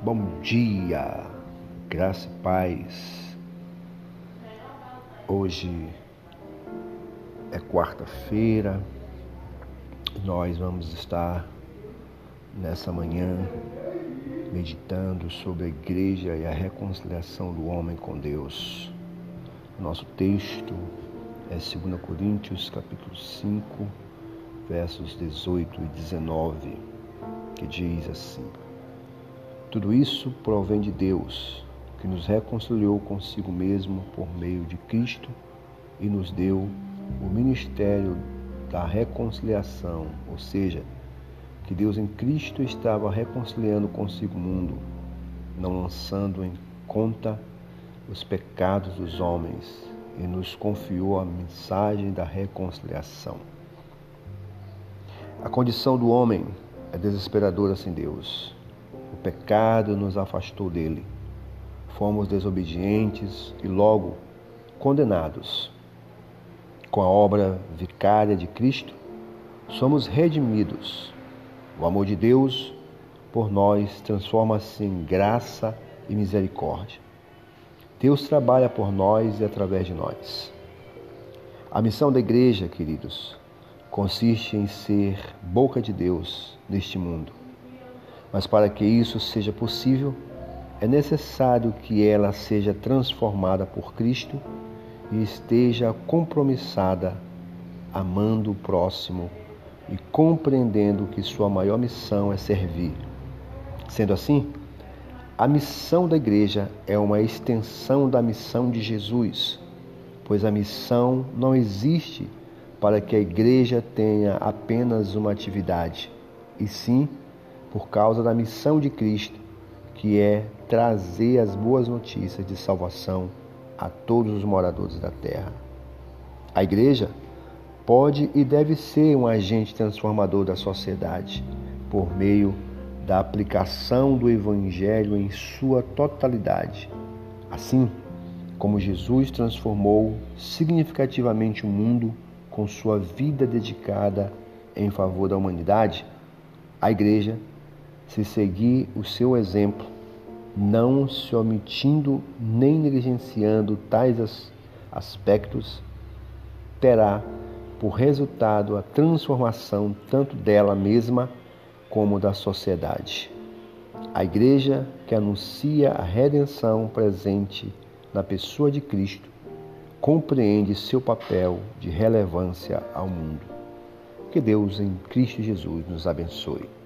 Bom dia, graça e paz. Hoje é quarta-feira. Nós vamos estar nessa manhã meditando sobre a igreja e a reconciliação do homem com Deus. Nosso texto é 2 Coríntios, capítulo 5, versos 18 e 19, que diz assim: Tudo isso provém de Deus, que nos reconciliou consigo mesmo por meio de Cristo e nos deu o ministério da reconciliação, ou seja, que Deus em Cristo estava reconciliando consigo o mundo, não lançando em conta os pecados dos homens, e nos confiou a mensagem da reconciliação. A condição do homem é desesperadora sem Deus. O pecado nos afastou dele. Fomos desobedientes e logo condenados. Com a obra vicária de Cristo, somos redimidos. O amor de Deus por nós transforma-se em graça e misericórdia. Deus trabalha por nós e através de nós. A missão da igreja, queridos, consiste em ser boca de Deus neste mundo. Mas para que isso seja possível, é necessário que ela seja transformada por Cristo e esteja compromissada, amando o próximo e compreendendo que sua maior missão é servir. Sendo assim, a missão da igreja é uma extensão da missão de Jesus, pois a missão não existe para que a igreja tenha apenas uma atividade, e sim por causa da missão de Cristo, que é trazer as boas notícias de salvação a todos os moradores da terra. A igreja pode e deve ser um agente transformador da sociedade, por meio da aplicação do Evangelho em sua totalidade. Assim como Jesus transformou significativamente o mundo com sua vida dedicada em favor da humanidade, a igreja, se seguir o seu exemplo, não se omitindo nem negligenciando tais aspectos, terá por resultado a transformação tanto dela mesma como da sociedade. A igreja que anuncia a redenção presente na pessoa de Cristo compreende seu papel de relevância ao mundo. Que Deus em Cristo Jesus nos abençoe.